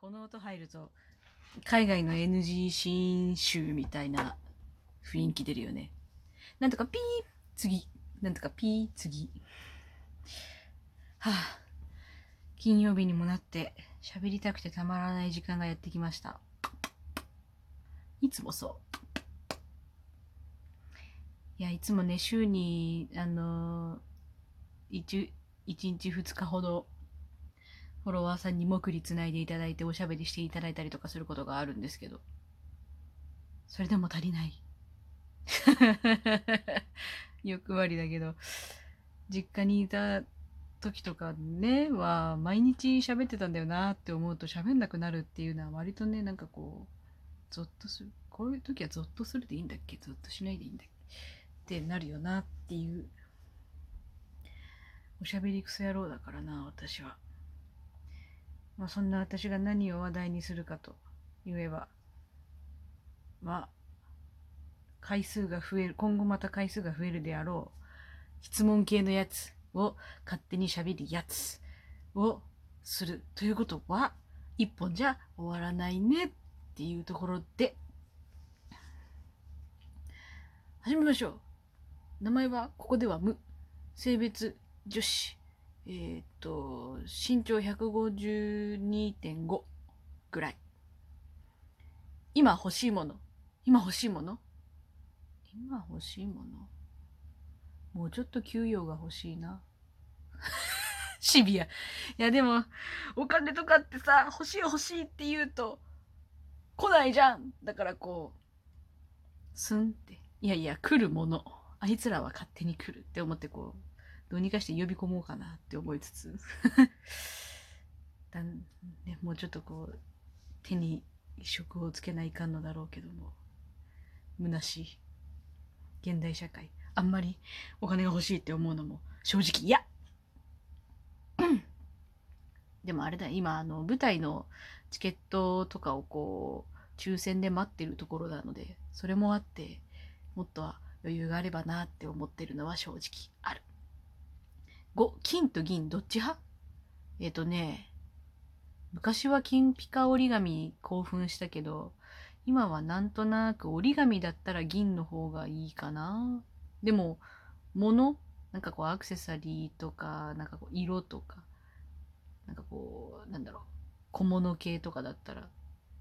この音入ると海外の NG シーン集みたいな雰囲気出るよね。なんとかピー次、なんとかピー次。はあ、金曜日にもなって喋りたくてたまらない時間がやってきました。いつもそう。いや、いつもね、週に1日2日ほどフォロワーさんにもくりつないでいただいておしゃべりしていただいたりとかすることがあるんですけど、それでも足りない。欲張りだけど、実家にいた時とかねは毎日喋ってたんだよなって思うと喋んなくなるっていうのは割とね、なんかこうゾッとする。こういう時はゾッとするでいいんだっけ、ゾッとしないでいいんだっけってなるよなっていう。おしゃべりクソ野郎だからな私は。まあそんな私が何を話題にするかと言えば、まあ回数が増える、今後また回数が増えるであろう質問系のやつを勝手に喋るやつをするということは一本じゃ終わらないねっていうところで始めましょう。名前はここでは無、性別女子、身長152.5ぐらい。今欲しいもの、今欲しいもの、今欲しいもの、もうちょっと給与が欲しいな。シビア。いやでもお金とかってさ、欲しい欲しいって言うと来ないじゃん。だからこうスンって、いやいや来るもの、あいつらは勝手に来るって思ってこうどうにかして呼び込もうかなって思いつつだ、ね、もうちょっとこう手に職をつけないかんのだろうけども、虚しい現代社会、あんまりお金が欲しいって思うのも正直嫌。でもあれだ、今舞台のチケットとかをこう抽選で待ってるところなので、それもあってもっと余裕があればなって思ってるのは正直ある。5、金と銀どっち派？昔は金ピカ折り紙興奮したけど、今はなんとなく折り紙だったら銀の方がいいかな。でも物、なんかこうアクセサリーとか、なんかこう色とか、なんかこうなんだろう、小物系とかだったら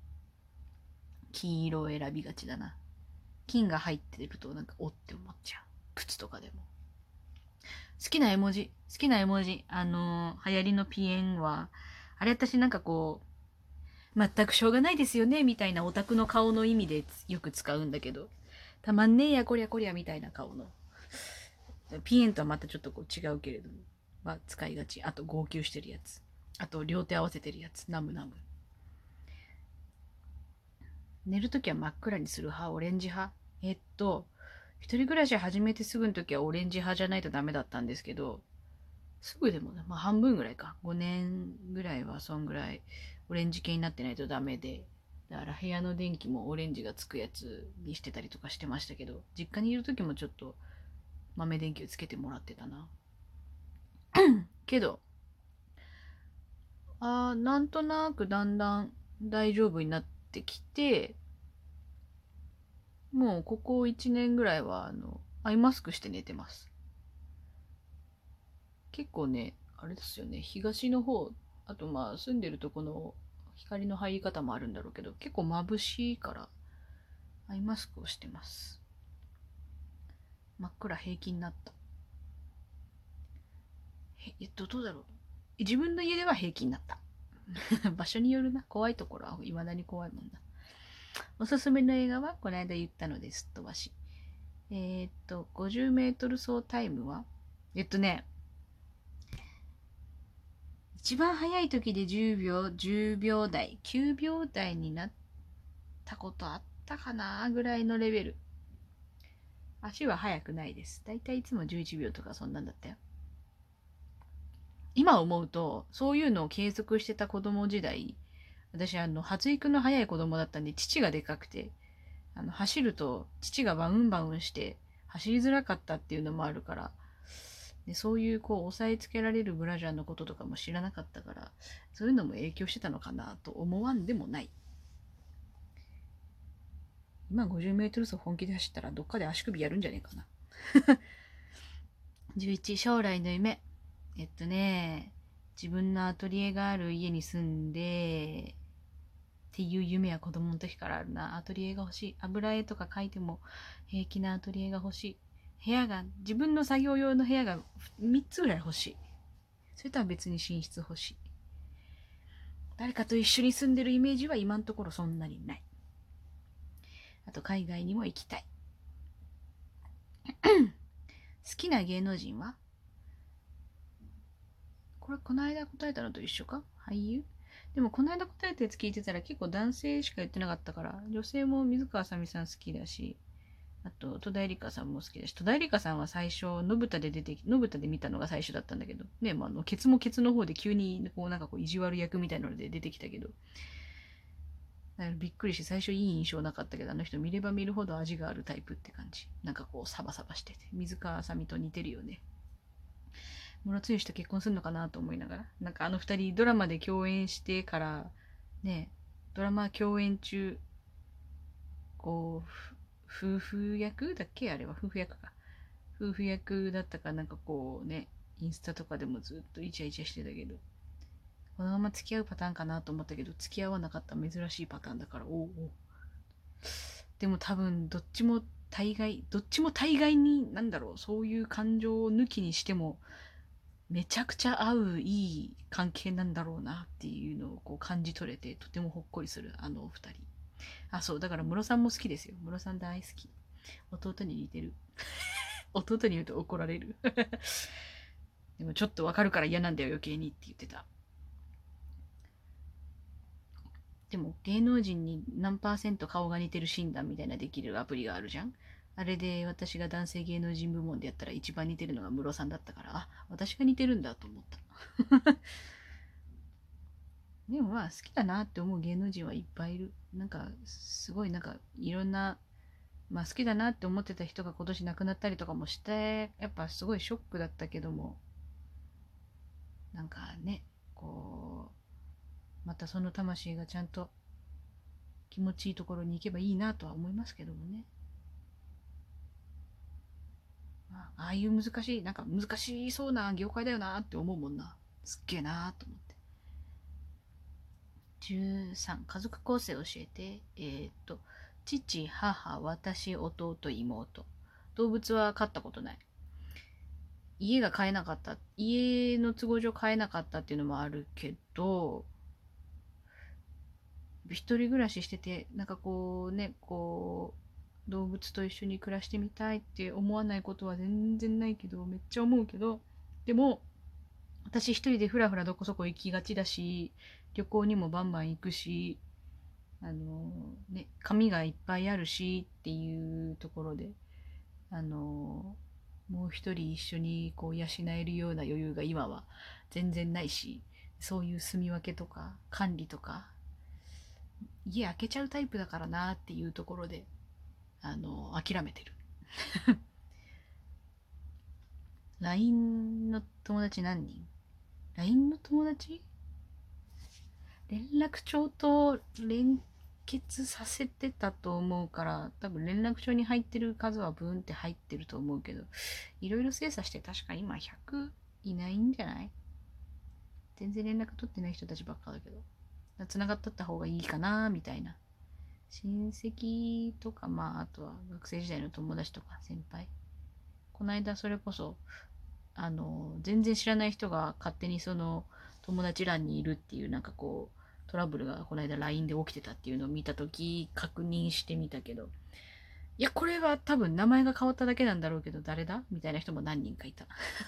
金色を選びがちだな。金が入ってるとなんかおって思っちゃう。靴とかでも。好きな絵文字、好きな絵文字、流行りのピエンは、あれ私なんかこう、全くしょうがないですよねみたいなオタクの顔の意味でよく使うんだけど、たまんねえやこりゃこりゃみたいな顔の。ピエンとはまたちょっとこう違うけれども、は使いがち。あと号泣してるやつ。あと両手合わせてるやつ。ナムナム。寝るときは真っ暗にする派、オレンジ派。一人暮らし始めてすぐの時はオレンジ派じゃないとダメだったんですけど、すぐでもね、まあ半分ぐらいか。5年ぐらいはそんぐらいオレンジ系になってないとダメで、だから部屋の電気もオレンジがつくやつにしてたりとかしてましたけど、実家にいる時もちょっと豆電球つけてもらってたな。けど、なんとなくだんだん大丈夫になってきて、もうここ1年ぐらいはアイマスクして寝てます。結構ね、あれですよね、東の方、あとまあ住んでるとこの光の入り方もあるんだろうけど、結構眩しいからアイマスクをしてます。真っ暗平気になった。どうだろう。自分の家では平気になった。場所によるな。怖いところは未だに怖いもんな。おすすめの映画はこの間言ったのですっ飛ばし。50メートル走タイムは一番早い時で10秒、10秒台、9秒台になったことあったかなぐらいのレベル。足は速くないです。だいたいいつも11秒とかそんなんだったよ。今思うと、そういうのを継続してた子供時代、私発育の早い子供だったんで、父がでかくて、走ると父がバウンバウンして走りづらかったっていうのもあるから、でそういうこう押さえつけられるブラジャーのこととかも知らなかったから、 そういうのも影響してたのかなと思わんでもない。今50メートル走本気で走ったらどっかで足首やるんじゃねえかな。11、将来の夢。自分のアトリエがある家に住んで、っていう夢は子供の時からあるな。アトリエが欲しい。油絵とか描いても平気なアトリエが欲しい。部屋が、自分の作業用の部屋が3つぐらい欲しい。それとは別に寝室欲しい。誰かと一緒に住んでるイメージは今のところそんなにない。あと海外にも行きたい。好きな芸能人は？これこの間答えたのと一緒か？俳優？でもこの間答えたやつ聞いてたら結構男性しか言ってなかったから、女性も水川あさみさん好きだし、あと戸田恵梨香さんも好きだし、戸田恵梨香さんは最初信太で見たのが最初だったんだけどね、ケツもケツの方で急にこうなんかこう意地悪役みたいなので出てきたけど、だからびっくりして最初いい印象なかったけど、あの人見れば見るほど味があるタイプって感じ。なんかこうサバサバしてて、水川あさみと似てるよね。ムロツヨシと結婚するのかなと思いながら、なんかあの二人ドラマで共演してからね、ドラマ共演中こう夫婦役だっけ、あれは夫婦役か、夫婦役だったかなんかこうね、インスタとかでもずっとイチャイチャしてたけど、このまま付き合うパターンかなと思ったけど付き合わなかった珍しいパターンだから、おお。でも多分どっちも大概になんだろう、そういう感情を抜きにしてもめちゃくちゃ合ういい関係なんだろうなっていうのをこう感じ取れて、とてもほっこりするあのお二人。あ、そう、だからムロさんも好きですよ。ムロさん大好き。弟に似てる。弟に言うと怒られる。でもちょっとわかるから嫌なんだよ余計にって言ってた。でも芸能人に何%顔が似てる診断みたいなできるアプリがあるじゃん。あれで私が男性芸能人部門でやったら一番似てるのがムロさんだったから、あ、私が似てるんだと思った。でもまあ好きだなって思う芸能人はいっぱいいる。なんかすごいなんかいろんな、まあ好きだなって思ってた人が今年亡くなったりとかもして、やっぱすごいショックだったけども、なんかね、こう、またその魂がちゃんと気持ちいいところに行けばいいなとは思いますけどもね。まあ、ああいう難しい、なんか難しそうな業界だよなって思うもんな。すっげえなと思って。13、家族構成教えて。父、母、私、弟、妹。動物は飼ったことない。家が買えなかった。家の都合上買えなかったっていうのもあるけど、一人暮らししてて、なんかこうね、こう、動物と一緒に暮らしてみたいって思わないことは全然ないけど、めっちゃ思うけど、でも、私一人でふらふらどこそこ行きがちだし、旅行にもバンバン行くし、紙がいっぱいあるしっていうところで、もう一人一緒にこう養えるような余裕が今は全然ないし、そういう住み分けとか管理とか、家開けちゃうタイプだからなっていうところで、諦めてる。LINE の友達何人？ LINE の友達連絡帳と連結させてたと思うから、多分連絡帳に入ってる数はブーンって入ってると思うけど、いろいろ精査して確か今100いないんじゃない？全然連絡取ってない人たちばっかだけど、繋がっとった方がいいかなみたいな。親戚とか、まあ、あとは学生時代の友達とか先輩。この間それこそ、全然知らない人が勝手にその友達欄にいるっていうなんかこう、トラブルがこの間 LINE で起きてたっていうのを見たとき確認してみたけど、いや、これは多分名前が変わっただけなんだろうけど、誰だみたいな人も何人かいた。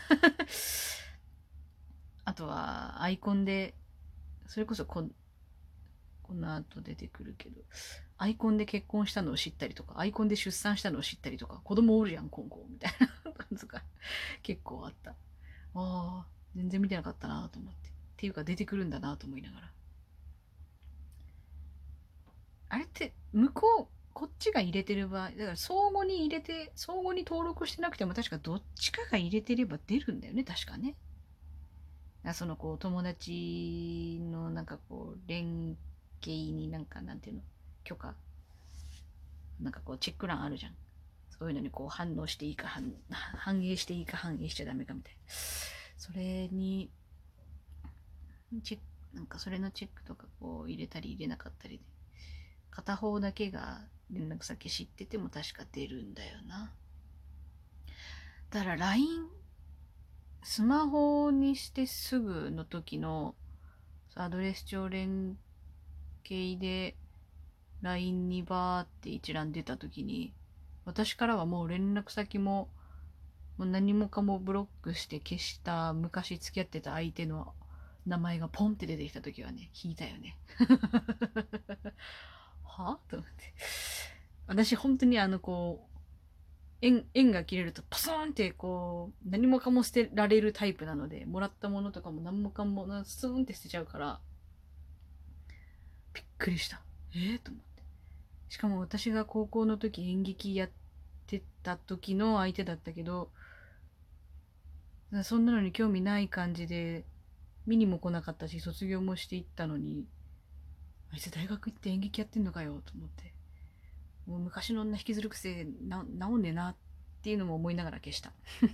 あとは、アイコンで、それこそこの後出てくるけど、アイコンで結婚したのを知ったりとか、アイコンで出産したのを知ったりとか、子供おるやん、今後、みたいな感じが結構あった。ああ、全然見てなかったなと思って。っていうか出てくるんだなと思いながら。あれって、こっちが入れてる場合、だから相互に入れて、相互に登録してなくても確かどっちかが入れてれば出るんだよね、確かね。 そのこう友達のなんかこう連携になんかなんていうの、許可、なんかこうチェック欄あるじゃん。そういうのにこう反応していいか反映していいか反映しちゃダメかみたいな。それになんかそれのチェックとかこう入れたり入れなかったりで、片方だけが連絡先知ってても確か出るんだよな。だから LINE、スマホにしてすぐの時のアドレス帳連携で LINE にバーって一覧出た時に、私からはもう連絡先も何もかもブロックして消した昔付き合ってた相手の名前がポンって出てきた時はね、引いたよね。はと思って。私本当にこう、縁が切れるとパソーンってこう、何もかも捨てられるタイプなので、もらったものとかも何もかもスーンって捨てちゃうから、びっくりした。と思って。しかも私が高校の時演劇やってた時の相手だったけど、そんなのに興味ない感じで、見にも来なかったし、卒業もしていったのに、あいつ大学行って演劇やってんのかよ、と思って。もう昔の女引きずるくせ治んねえなっていうのも思いながら消した。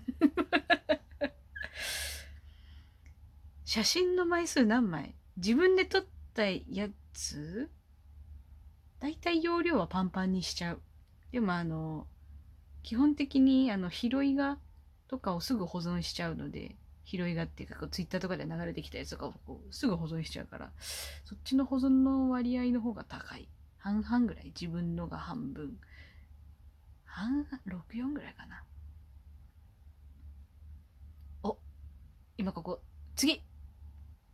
写真の枚数何枚？自分で撮ったやつだいたい容量はパンパンにしちゃう。でも基本的に拾い画とかをすぐ保存しちゃうので、拾い画っていうかツイッターとかで流れてきたやつとかをこうすぐ保存しちゃうから、そっちの保存の割合の方が高い。半々ぐらい。自分のが半分。64ぐらいかな。お、今ここ、次